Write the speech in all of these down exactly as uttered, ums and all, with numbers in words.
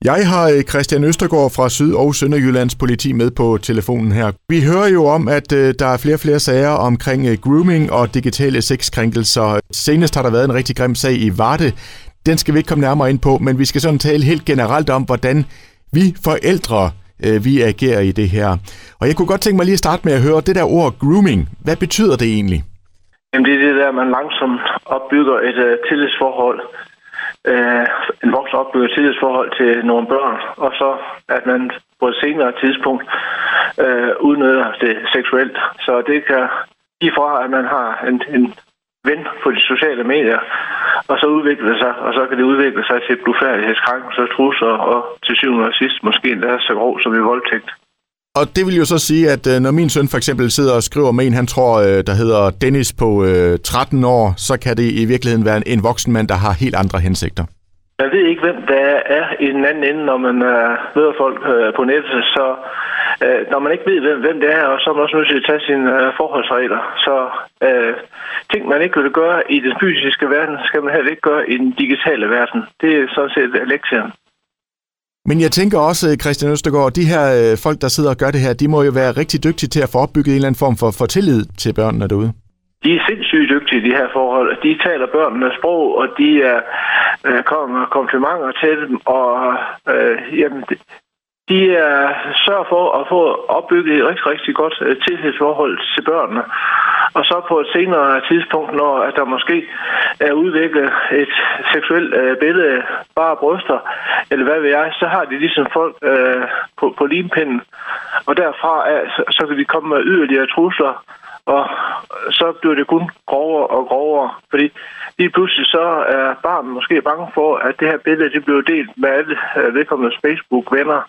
Jeg har Christian Østergaard fra Syd- og Sønderjyllands politi med på telefonen her. Vi hører jo om, at uh, der er flere og flere sager omkring uh, grooming og digitale sexkrænkelser. Senest har der været en rigtig grim sag i Varde. Den skal vi ikke komme nærmere ind på, men vi skal sådan tale helt generelt om, hvordan vi forældre uh, vi agerer i det her. Og jeg kunne godt tænke mig lige at starte med at høre det der ord grooming. Hvad betyder det egentlig? Jamen det er det der, man langsomt opbygger et uh, tillidsforhold. Uh, en voksen opbygger et tillidsforhold til nogle børn, og så at man på et senere tidspunkt uh, udnytter det seksuelt. Så det kan give fra, at man har en, en ven på de sociale medier, og så udvikler det sig, og så kan det udvikle sig til blufærdighedskrænkelser, trusler, og til syvende og sidst måske endda så grov som i voldtægt. Og det vil jo så sige, at når min søn for eksempel sidder og skriver med en, han tror, der hedder Dennis på tretten år, så kan det i virkeligheden være en voksen mand, der har helt andre hensigter. Jeg ved ikke, hvem der er i den anden ende, når man uh, møder folk uh, på nettet. Så uh, når man ikke ved, hvem, hvem det er, og så er man også nødt til at tage sine uh, forholdsregler. Så uh, ting, man ikke vil gøre i den fysiske verden, skal man heller ikke gøre i den digitale verden. Det er sådan set lektien. Men jeg tænker også, Christian Østergaard, de her øh, folk, der sidder og gør det her, de må jo være rigtig dygtige til at få opbygget en eller anden form for, for tillid til børnene derude. De er sindssygt dygtige, de her forhold. De taler børnenes sprog, og de er, øh, kommer komplimenter til dem, og øh, jamen, de er, sørger for at få opbygget et rigtig, rigtig godt øh, tillidsforhold til børnene. Og så på et senere tidspunkt, når at der måske er udviklet et seksuelt øh, billede, bare bryster, eller hvad ved jeg, så har de ligesom folk øh, på, på limpinden. Og derfra er, så, så kan de komme med yderligere trusler, og så bliver det kun grovere og grovere. Fordi lige pludselig så er barnet måske bange for, at det her billede det bliver delt med alle øh, vedkommendes Facebook-venner,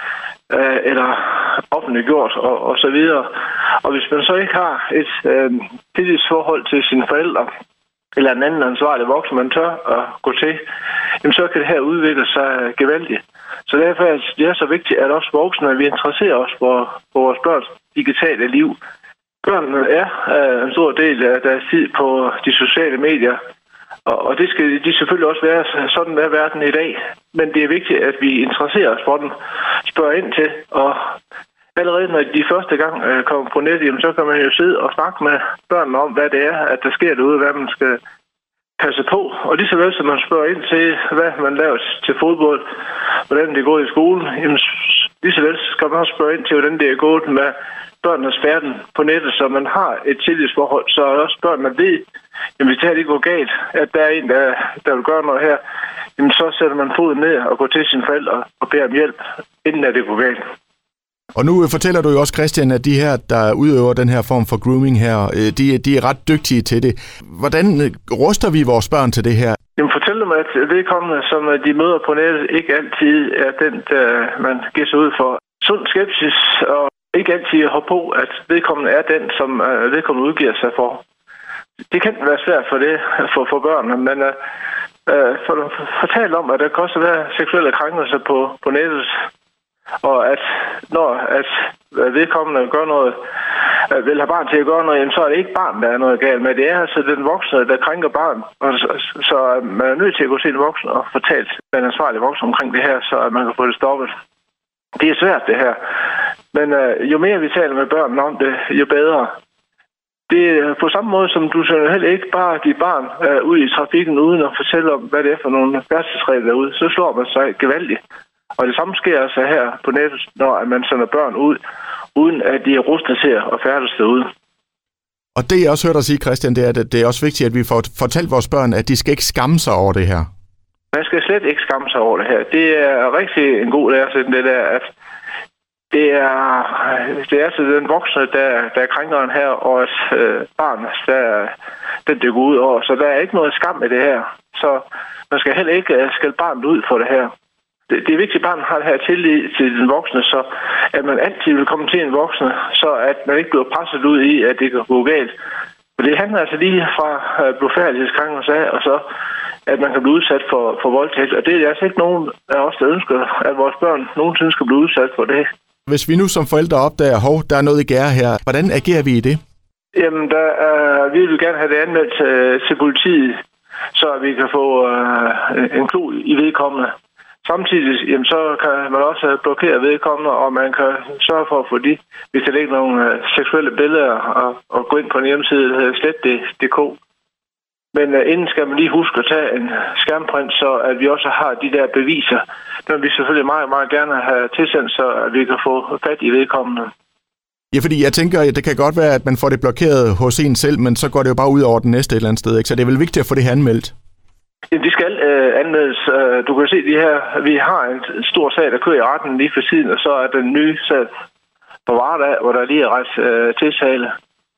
øh, eller offentliggjort og, og så videre. Og hvis man så ikke har et øh, tillidsforhold til sine forældre, eller en anden ansvarlig voksen, man tør at gå til, jamen så kan det her udvikle sig gevaldigt. Så derfor er det så vigtigt, at også voksne, at vi interesserer os for, for vores børns digitale liv. Børnene er øh, en stor del af deres tid på de sociale medier, og, og det skal de selvfølgelig også være. Sådan er verden i dag. Men det er vigtigt, at vi interesserer os for dem, spørger ind til, og allerede når de første gang øh, kommer på nettet, jamen, så kan man jo sidde og snakke med børnene om, hvad det er, at der sker derude, hvad man skal passe på. Og lige så vel som man spørger ind til, hvad man laver til fodbold, hvordan det går i skolen, jamen, lige så vel skal man også spørge ind til, hvordan det er gået med børnenes færden på nettet, så man har et tillidsforhold, så også børnene ved, jamen hvis det her det går galt, at der er en, der, der vil gøre noget her, jamen så sætter man foden ned og går til sine forældre og beder om hjælp, inden at det går galt. Og nu fortæller du jo også, Christian, at de her, der udøver den her form for grooming her, de, de er ret dygtige til det. Hvordan ruster vi vores børn til det her? Jamen fortæl dem, at vedkommende, som de møder på nettet, ikke altid er den, der man giver sig ud for. Sund skepsis og ikke altid hoppe på, at vedkommende er den, som vedkommende udgiver sig for. Det kan være svært for det, for, for børnene, men uh, for, fortæl om, at der kan også være seksuelle krænkelser på, på nettet, og at når at vedkommende gør noget, vil have barn til at gøre noget, så er det ikke barn, der er noget galt med. Det er altså den voksne, der krænker barn. Og så, så man er nødt til at gå til den voksne og fortælle den ansvarlige voksne omkring det her, så at man kan få det stoppet. Det er svært, det her. Men øh, jo mere vi taler med børnene om det, jo bedre. Det er på samme måde, som du så heller ikke bare give barn øh, ud i trafikken, uden at fortælle om, hvad det er for nogle færdselsregler derude. Så slår man sig gevaldigt. Og det samme sker altså her på nettet, når man sender børn ud, uden at de er rustet til at færdes derude. Og det jeg også hørt dig sige, Christian, det er, at det er også vigtigt, at vi får fortalt vores børn, at de skal ikke skamme sig over det her. Man skal slet ikke skamme sig over det her. Det er rigtig en god læresætning, det der, at det er, det er altså den voksne, der, der er krænkeren her, og et øh, barn, der den det går ud over. Så der er ikke noget skam i det her. Så man skal heller ikke skælde barnet ud for det her. Det, det er vigtigt, at barnet har det her tillid til den voksne, så at man altid vil komme til en voksne, så at man ikke bliver presset ud i, at det kan gå galt. For det handler altså lige fra øh, blufærdighedskrænkelser af, og så at man kan blive udsat for, for voldtægt. Og det er altså ikke nogen af os, der ønsker, at vores børn nogensinde skal blive udsat for det. Hvis vi nu som forældre opdager, hov, der er noget i gære her, hvordan agerer vi i det? Jamen, der, øh, vi vil gerne have det anmeldt til, til politiet, så vi kan få øh, en klo i vedkommende, Samtidig jamen, så kan man også blokere vedkommende, og man kan sørge for at få de, hvis der ligger nogle uh, seksuelle billeder, og, og gå ind på en hjemmeside, der hedder slet punktum d k. Men uh, inden skal man lige huske at tage en skærmprint, så at vi også har de der beviser. Det vil vi selvfølgelig meget, meget gerne have tilsendt, så at vi kan få fat i vedkommende. Ja, fordi jeg tænker, at det kan godt være, at man får det blokeret hos en selv, men så går det jo bare ud over den næste et eller andet sted, ikke? Så det er vel vigtigt at få det her anmeldt? Jamen, de skal øh, anmeldes. Du kan se, de her, vi har en stor sag, der kører i retten lige for siden, og så er den nye sag på Vardag, hvor der lige er ret øh, tiltale.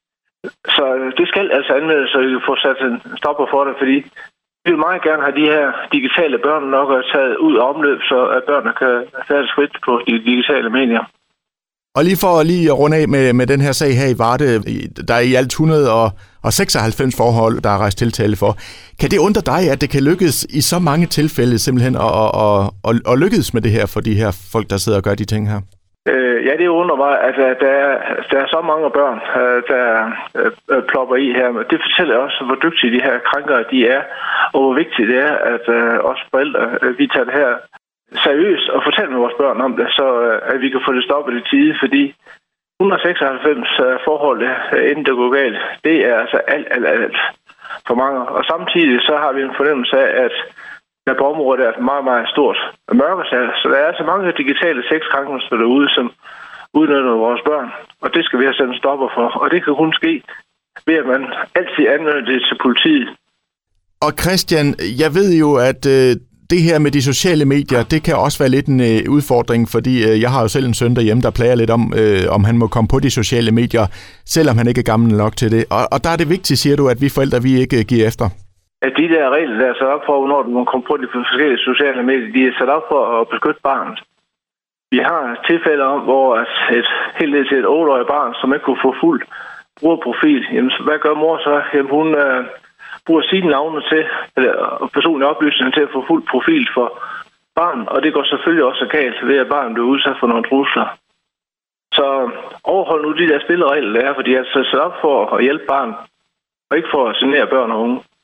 Så det skal altså anmeldes, så vi kan få sat en stopper for det, fordi vi vil meget gerne have de her digitale børn nok at tage ud af omløb, så at børnene kan færdes frit på de digitale medier. Og lige for lige at runde af med, med den her sag her i Varde, der er i alt et hundrede og seksoghalvfems forhold, der er rejst tiltale for. Kan det undre dig, at det kan lykkes i så mange tilfælde simpelthen at, at, at, at lykkes med det her for de her folk, der sidder og gør de ting her? Øh, ja, det undrer mig, at der er, der er så mange børn, der øh, plopper i her. Men det fortæller også, hvor dygtige de her krænkere de er, og hvor vigtigt det er, at øh, os forældre, øh, vi tager det her seriøst og fortæller med vores børn om det, så øh, at vi kan få det stoppet i tide, fordi et hundrede og seksoghalvfems øh, forhold, øh, inden det går galt, det er altså alt, alt, alt for mange. Og samtidig så har vi en fornemmelse af, at der på området er et meget, meget stort mørketal. Så der er altså mange digitale sexkrænkelser derude, som udnytter vores børn. Og det skal vi have sendt en stopper for. Og det kan kun ske ved, at man altid anmelder det til politiet. Og Christian, jeg ved jo, at øh, det her med de sociale medier, det kan også være lidt en øh, udfordring, fordi øh, jeg har jo selv en søn derhjemme, der plager lidt om, øh, om han må komme på de sociale medier, selvom han ikke er gammel nok til det. Og, og der er det vigtigt, siger du, at vi forældre, vi ikke giver efter. At de der regler, der er sat op for, når man kommer på de forskellige sociale medier, de er sat op for at beskytte barnet. Vi har tilfælde om, hvor et helt ned til et otteårigt barn, som ikke kunne få fuld brugerprofil, jamen hvad gør mor så? Jamen hun øh, bruger sine navne til, eller personlige oplysninger til at få fuld profil for barnet, og det går selvfølgelig også galt ved, at barnet bliver udsat for nogle trusler. Så overhold nu de der spilleregler, der er, fordi jeg er sat op for at hjælpe barnet, og ikke for at genere børn og unge.